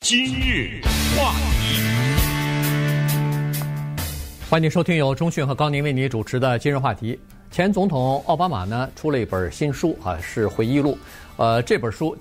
今日话题， 欢迎收听由钟讯和高宁为你主持的今日话题。前总统奥巴马呢出了一本新书啊，是回忆录。这本书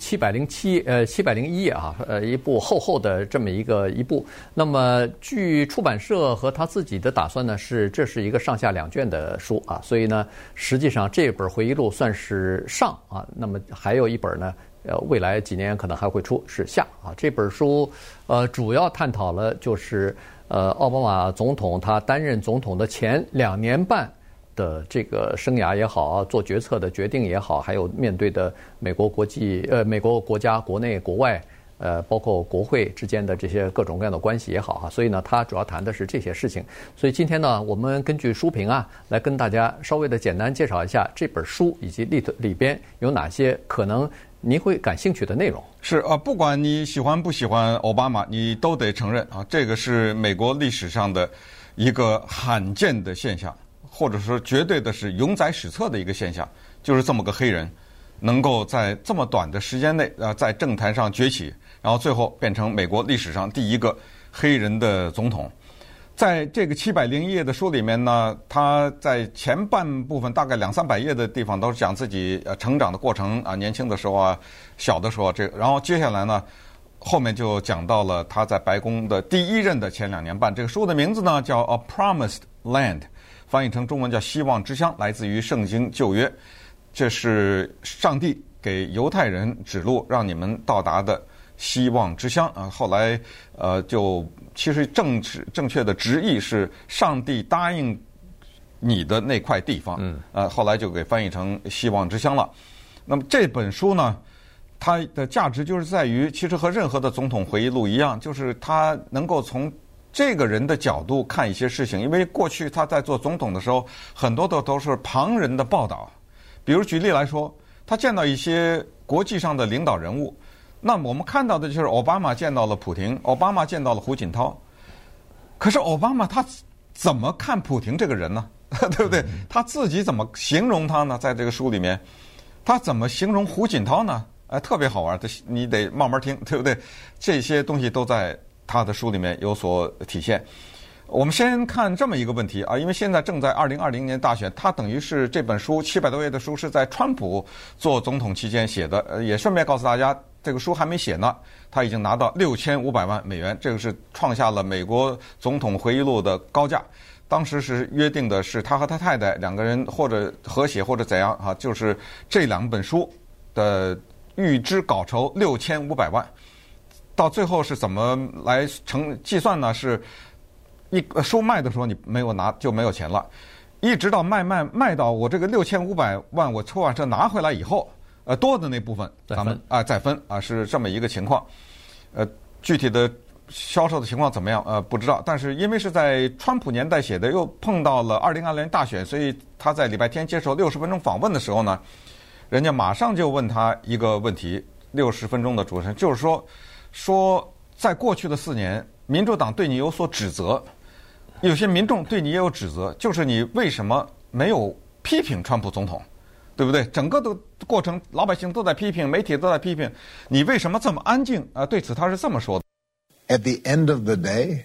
701页啊，一部厚厚的这么一部。那么据出版社和他自己的打算呢，这是一个上下两卷的书啊，所以呢，实际上这本回忆录算是上啊，那么还有一本呢，未来几年可能还会出是下啊。这本书主要探讨了就是奥巴马总统他担任总统的前2年半的这个生涯也好啊，做决策的决定也好，还有面对的美国国家国内国外包括国会之间的这些各种各样的关系也好哈，所以呢，他主要谈的是这些事情。所以今天呢，我们根据书评啊，来跟大家稍微的简单介绍一下这本书以及里边有哪些可能您会感兴趣的内容。 是啊，不管你喜欢不喜欢奥巴马，你都得承认啊，这个是美国历史上的一个罕见的现象。或者说绝对的是永载史册的一个现象，就是这么个黑人能够在这么短的时间内在政坛上崛起，然后最后变成美国历史上第一个黑人的总统。在这个701页的书里面呢，他在前半部分大概200-300页的地方都是讲自己成长的过程啊，年轻的时候啊，小的时候然后接下来呢，后面就讲到了他在白宫的第1任的前2年半。这个书的名字呢叫《A Promised Land》。翻译成中文叫希望之乡，来自于圣经旧约，这是上帝给犹太人指路，让你们到达的希望之乡啊。后来就其实正确的直译是上帝答应你的那块地方，后来就给翻译成希望之乡了。那么这本书呢，它的价值就是在于，其实和任何的总统回忆录一样，就是它能够从这个人的角度看一些事情，因为过去他在做总统的时候，很多的都是旁人的报道。比如举例来说，他见到一些国际上的领导人物，那么我们看到的就是奥巴马见到了普廷，奥巴马见到了胡锦涛。可是奥巴马他怎么看普廷这个人呢？对不对？他自己怎么形容他呢？在这个书里面，他怎么形容胡锦涛呢？特别好玩，你得慢慢听，对不对？这些东西都在他的书里面有所体现。我们先看这么一个问题啊，因为现在正在2020年大选，他等于是这本书700多页的书是在川普做总统期间写的，也顺便告诉大家，这个书还没写呢，他已经拿到6500万美元，这个是创下了美国总统回忆录的高价。当时是约定的是他和他太太2个人或者合写或者怎样啊，就是这2本书的预支稿酬6500万。到最后是怎么来计算呢？是一书卖的时候你没有拿就没有钱了，一直到卖到我这个6500万我出版社拿回来以后，多的那部分咱们再分啊，是这么一个情况。具体的销售的情况怎么样？不知道。但是因为是在川普年代写的，又碰到了2020年大选，所以他在礼拜天接受60分钟访问的时候呢，人家马上就问他一个问题，60分钟的主持人就是说在过去的4年，民主党对你有所指责，有些民众对你也有指责，就是你为什么没有批评川普总统，对不对？整个的过程，老百姓都在批评，媒体都在批评，你为什么这么安静？对此他是这么说的 ：At the end of the day,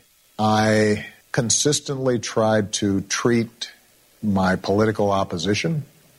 I consistently tried to treat my political opposition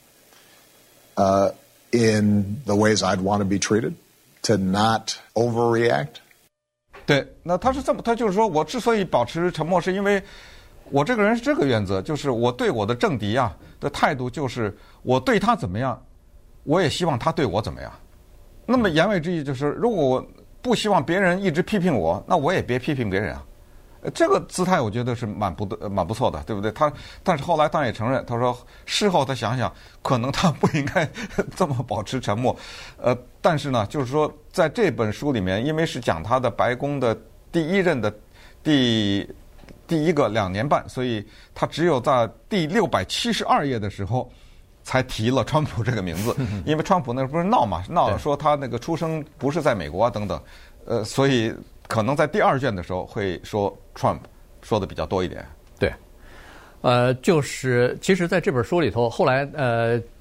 in the ways I'd want to be treated, to not overreact. 对，那他就是说我之所以保持沉默，是因为我这个人是这个原则，就是我对我的政敌的态度就是我对他怎么样，我也希望他对我怎么样。那么言外之意就是，如果我不希望别人一直批评我，那我也别批评别人啊。这个姿态我觉得是蛮不错的，对不对？但是后来当然也承认，他说事后他想想，可能他不应该这么保持沉默。但是呢，就是说在这本书里面，因为是讲他的白宫的第1任的第1个2年半，所以他只有在第672页的时候才提了川普这个名字，因为川普那时候不是闹说他那个出生不是在美国等等，所以可能在第2卷的时候会说 Trump 说的比较多一点。 对，就是其实在这本书里头，后来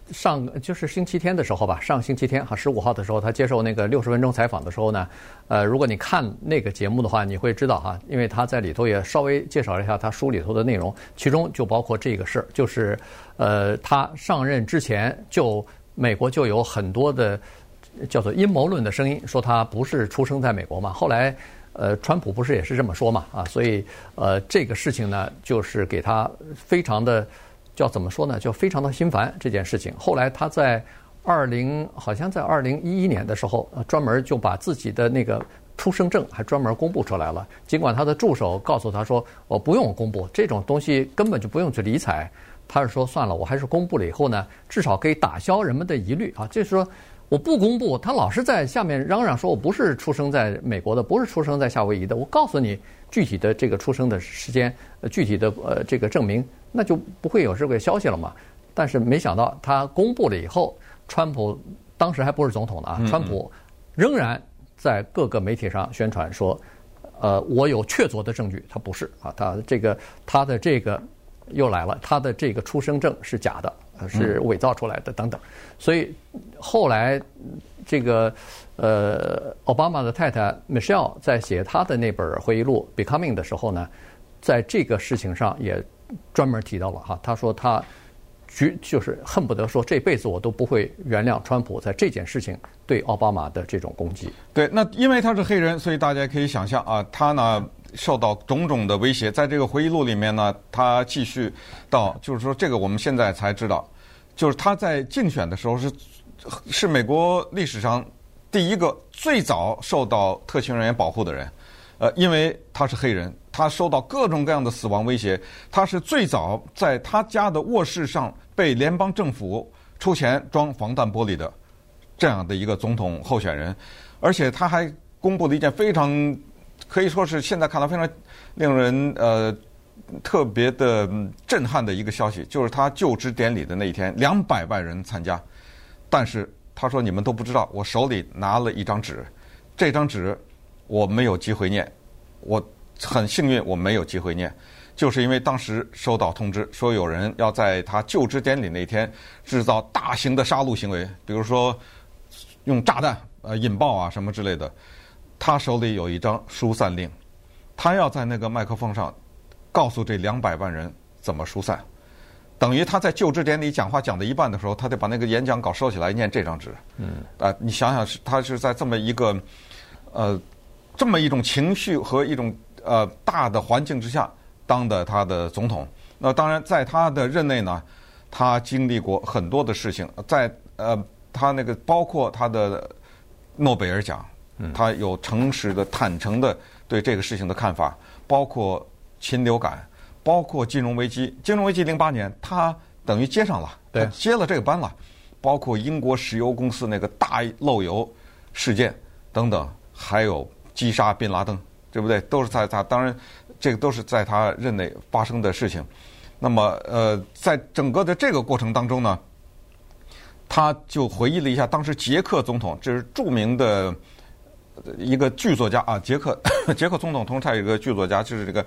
就是星期天的时候吧，上星期天哈15号的时候，他接受那个60分钟采访的时候呢，如果你看那个节目的话，你会知道哈，因为他在里头也稍微介绍了一下他书里头的内容，其中就包括这个事儿，就是他上任之前美国就有很多的叫做阴谋论的声音，说他不是出生在美国嘛，后来。川普不是也是这么说嘛啊，所以这个事情呢，就是给他非常的叫怎么说呢，就非常的心烦这件事情。后来他在好像在2011年的时候，专门就把自己的那个出生证还专门公布出来了。尽管他的助手告诉他说，我不用公布这种东西，根本就不用去理睬。他是说算了，我还是公布了以后呢，至少可以打消人们的疑虑啊，就是说。我不公布，他老是在下面嚷嚷说我不是出生在美国的，不是出生在夏威夷的。我告诉你具体的这个出生的时间，具体的这个证明，那就不会有这个消息了嘛。但是没想到他公布了以后，川普当时还不是总统呢啊，川普仍然在各个媒体上宣传说，我有确凿的证据，他不是啊，他的这个又来了，他的这个出生证是假的。是伪造出来的等等，所以后来这个奥巴马的太太 Michelle 在写他的那本回忆录《Becoming》的时候呢，在这个事情上也专门提到了哈，他说他就是恨不得说这辈子我都不会原谅川普在这件事情对奥巴马的这种攻击。 对，那因为他是黑人，所以大家可以想象啊，他呢。受到种种的威胁，在这个回忆录里面呢，他继续到，就是说这个我们现在才知道，就是他在竞选的时候是美国历史上第一个最早受到特勤人员保护的人，因为他是黑人，他受到各种各样的死亡威胁，他是最早在他家的卧室上被联邦政府出钱装防弹玻璃的这样的一个总统候选人，而且他还公布了一件非常。可以说是现在看到非常令人特别的震撼的一个消息，就是他就职典礼的那一天，200万人参加，但是他说你们都不知道，我手里拿了一张纸，这张纸我没有机会念，我很幸运我没有机会念，就是因为当时收到通知说有人要在他就职典礼那天制造大型的杀戮行为，比如说用炸弹引爆啊什么之类的。他手里有一张疏散令，他要在那个麦克风上告诉这200万人怎么疏散，等于他在就职典礼讲话讲到一半的时候，他得把那个演讲稿收起来念这张纸。你想想，他是在这么一个这么一种情绪和一种大的环境之下当的他的总统。那当然，在他的任内呢，他经历过很多的事情，在他那个包括他的诺贝尔奖。他有诚实的、坦诚的对这个事情的看法，包括禽流感，包括金融危机。金融危机08年，他等于接上了，他接了这个班了。包括英国石油公司那个大漏油事件等等，还有击杀宾拉登，对不对？都是在他，当然这个都是在他任内发生的事情。那么在整个的这个过程当中呢，他就回忆了一下当时捷克总统，这是著名的。一个剧作家啊，捷克总统同时还有一个剧作家，就是这个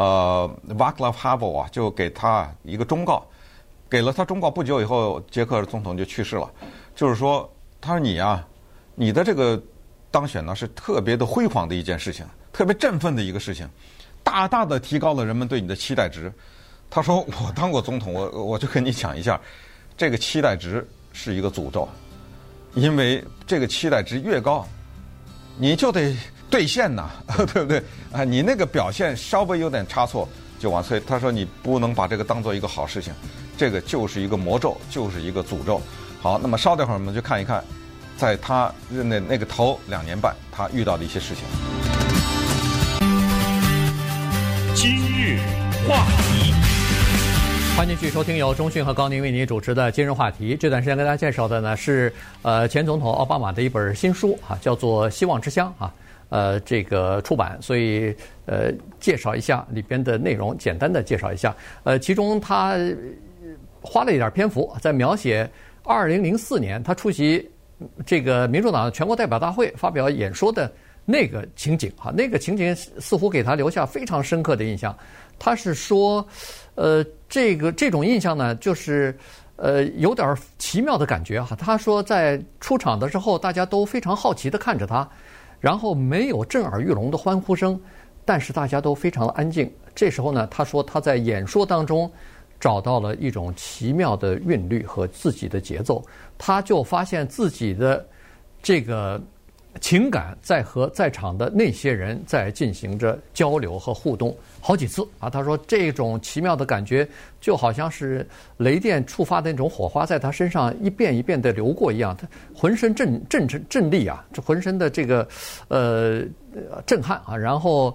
Václav Havel 啊，就给他一个忠告，给了他忠告不久以后，捷克总统就去世了。就是说，他说你啊，你的这个当选呢是特别的辉煌的一件事情，特别振奋的一个事情，大大的提高了人们对你的期待值。他说我当过总统，我就跟你讲一下，这个期待值是一个诅咒，因为这个期待值越高。你就得兑现呐，对不对啊？你那个表现稍微有点差错就完。所以他说你不能把这个当做一个好事情，这个就是一个魔咒，就是一个诅咒。好，那么稍等会儿我们就看一看，在他任内那个头2年半，他遇到的一些事情。 今日话题。 欢迎继续收听由钟迅和高宁为您主持的今日话题。这段时间跟大家介绍的呢是前总统奥巴马的一本新书啊，叫做《希望之乡》啊，这个出版，所以介绍一下里边的内容，简单的介绍一下。其中他花了一点篇幅在描写2004年他出席这个民主党的全国代表大会发表演说的那个情景啊，那个情景似乎给他留下非常深刻的印象。他是说，这种印象呢，就是有点奇妙的感觉哈。他说在出场的时候，大家都非常好奇地看着他，然后没有震耳欲聋的欢呼声，但是大家都非常的安静。这时候呢，他说他在演说当中找到了一种奇妙的韵律和自己的节奏，他就发现自己的这个情感在和在场的那些人在进行着交流和互动好几次啊。他说这种奇妙的感觉就好像是雷电触发的那种火花在他身上一遍一遍的流过一样，他浑身震栗啊，这浑身的这个震撼啊，然后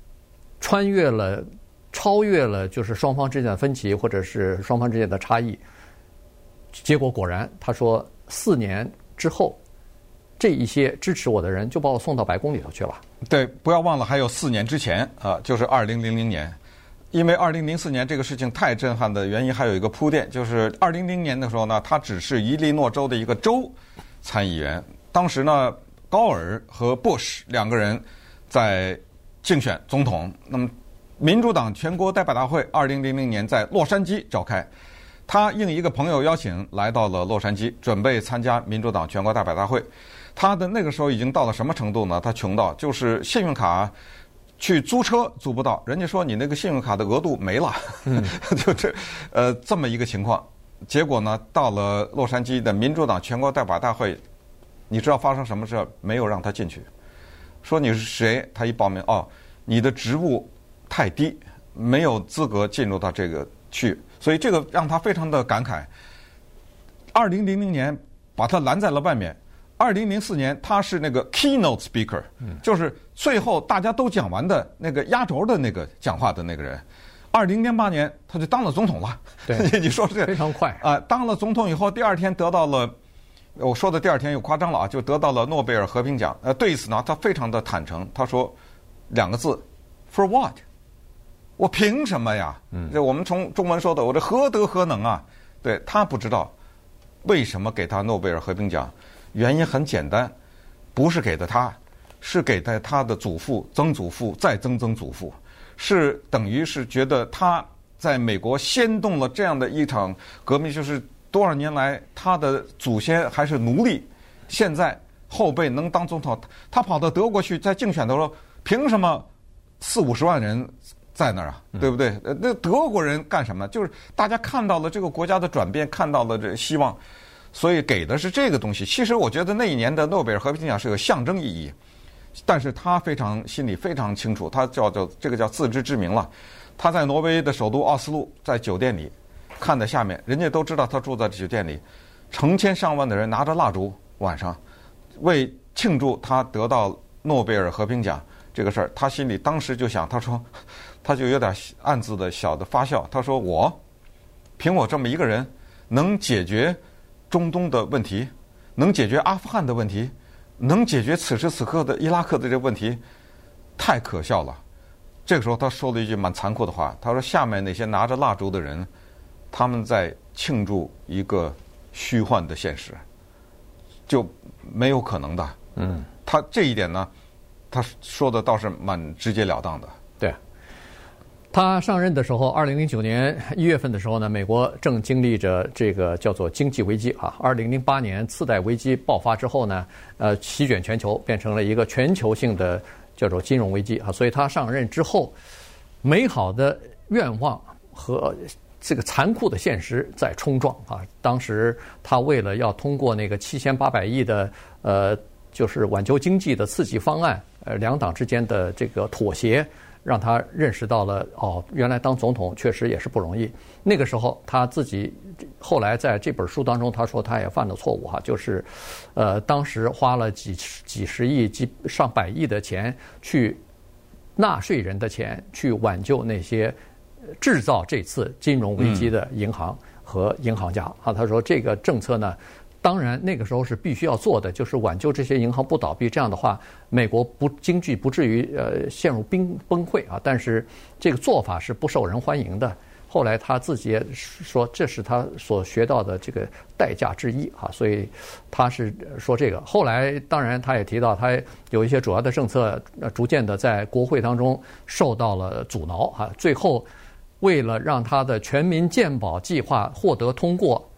超越了就是双方之间的分歧或者是双方之间的差异。结果果然，他说4年之后，这一些支持我的人就把我送到白宫里头去了。 对，不要忘了还有4年之前啊，就是2000年。因为2004年这个事情太震撼的原因，还有一个铺垫，就是2000年的时候呢，他只是伊利诺州的一个州参议员。当时呢，高尔和布什2个人在竞选总统。那么，民主党全国代表大会2000年在洛杉矶召开，他应一个朋友邀请来到了洛杉矶，准备参加民主党全国代表大会。他的那个时候已经到了什么程度呢？他穷到就是信用卡去租车租不到，人家说你那个信用卡的额度没了，就这么一个情况。结果呢，到了洛杉矶的民主党全国代表大会，你知道发生什么事？没有让他进去。说你是谁？他一报名，你的职务太低，没有资格进入到这个去，所以这个让他非常的感慨。2000年把他拦在了外面。2004年他是那个 keynote speaker，就是最后大家都讲完的那个压轴的那个讲话的那个人。2008年他就当了总统了。 对， 你说这非常快啊！当了总统以后，第2天得到了，我说的第2天又夸张了啊，就得到了诺贝尔和平奖。对此呢，他非常的坦诚，他说2个字 ：For what？ 我凭什么呀？这我们从中文说的，我这何德何能啊？对，他不知道为什么给他诺贝尔和平奖。原因很简单，不是给的他，是给的他的祖父、曾祖父、再曾曾祖父，是等于是觉得他在美国掀动了这样的一场革命，就是多少年来他的祖先还是奴隶，现在后辈能当总统，他跑到德国去在竞选的时候，凭什么40-50万人在那儿啊？对不对？那德国人干什么？就是大家看到了这个国家的转变，看到了这希望。所以给的是这个东西。其实我觉得那一年的诺贝尔和平奖是有象征意义，但是他心里非常清楚，他这个叫自知之明了。他在挪威的首都奥斯陆，在酒店里看在下面，人家都知道他住在酒店里，成千上万的人拿着蜡烛，晚上为庆祝他得到诺贝尔和平奖这个事儿，他心里当时就想，他说他就有点暗自的小的发笑，他说凭我这么一个人能解决中东的问题，能解决阿富汗的问题，能解决此时此刻的伊拉克的这个问题，太可笑了。这个时候他说了一句蛮残酷的话，他说下面那些拿着蜡烛的人，他们在庆祝一个虚幻的现实，就没有可能的。他这一点呢，他说的倒是蛮直截了当的。 对。他上任的时候，2009年1月份的时候呢，美国正经历着这个叫做经济危机啊。2008年次贷危机爆发之后呢，席卷全球，变成了一个全球性的叫做金融危机啊。所以他上任之后，美好的愿望和这个残酷的现实在冲撞啊。当时他为了要通过那个7800亿的就是挽救经济的刺激方案，两党之间的这个妥协，让他认识到了原来当总统确实也是不容易。那个时候他自己后来在这本书当中，他说他也犯了错误哈，就是当时花了几十亿、上百亿的钱去纳税人的钱去挽救那些制造这次金融危机的银行和银行家啊。他说这个政策呢，当然那个时候是必须要做的，就是挽救这些银行不倒闭，这样的话美国经济不至于陷入崩溃啊。但是这个做法是不受人欢迎的。后来他自己也说这是他所学到的这个代价之一啊，所以他是说这个。后来当然他也提到，他有一些主要的政策逐渐的在国会当中受到了阻挠啊。最后为了让他的全民健保计划获得通过，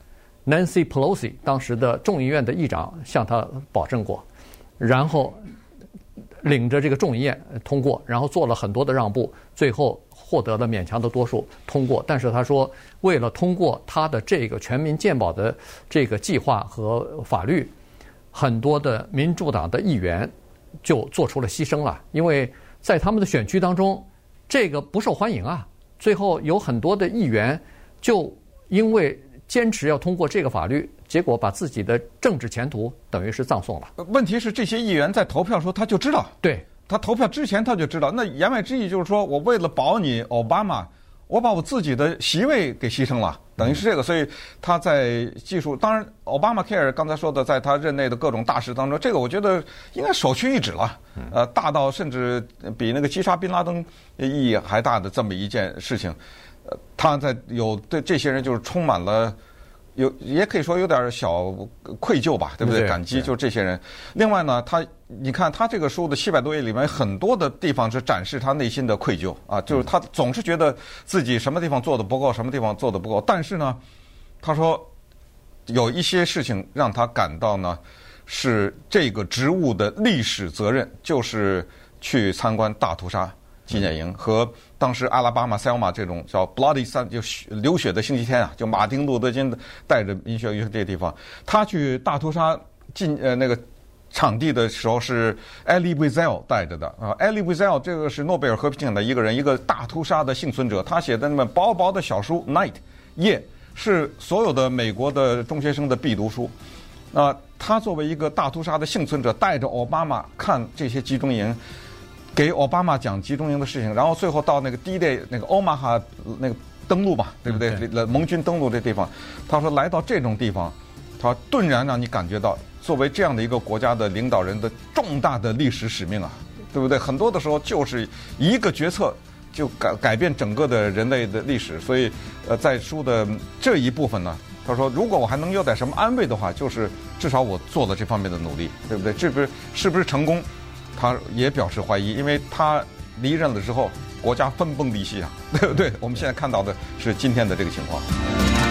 Nancy Pelosi 当时的众议院的议长向他保证过，然后领着这个众议院通过，然后做了很多的让步，最后获得了勉强的多数通过。但是他说，为了通过他的这个全民健保的这个计划和法律，很多的民主党的议员就做出了牺牲了，因为在他们的选区当中，这个不受欢迎啊。最后有很多的议员就因为坚持要通过这个法律，结果把自己的政治前途等于是葬送了。 问题是这些议员在投票的时候他就知道， 对， 他投票之前他就知道，那言外之意就是说我为了保你奥巴马，我把我自己的席位给牺牲了，等于是这个。所以他在技术，当然奥巴马 care 刚才说的，在他任内的各种大事当中，这个我觉得应该首屈一指了，大到甚至比那个击杀宾拉登意义还大的这么一件事情。他在有对这些人就是充满了也可以说有点小愧疚吧，对不对？感激就是这些人。另外呢，你看他这个书的700多页里面，很多的地方是展示他内心的愧疚啊，就是他总是觉得自己什么地方做的不够，什么地方做的不够。但是呢，他说有一些事情让他感到呢是这个职务的历史责任，就是去参观大屠杀纪念营和当时阿拉巴马、塞尔玛这种叫 Bloody Sun 就流血的星期天啊，就马丁路德金带着民血这些地方，他去大屠杀那个场地的时候是 Elie Wiesel 带着的啊。Elie Wiesel 这个是诺贝尔和平奖的一个人，一个大屠杀的幸存者，他写的那本薄薄的小书 Night 夜是所有的美国的中学生的必读书。他作为一个大屠杀的幸存者，带着奥巴马看这些集中营，给奥巴马讲集中营的事情，然后最后到那个D-Day那个欧马哈那个登陆嘛，对不对？盟军登陆这地方，他说来到这种地方，他顿然让你感觉到作为这样的一个国家的领导人的重大的历史使命啊，对不对？很多的时候就是一个决策就改变整个的人类的历史。所以在书的这一部分呢，他说如果我还能有点什么安慰的话，就是至少我做了这方面的努力，对不对？是不是成功？他也表示怀疑，因为他离任了之后，国家分崩离析啊，对不对？我们现在看到的是今天的这个情况。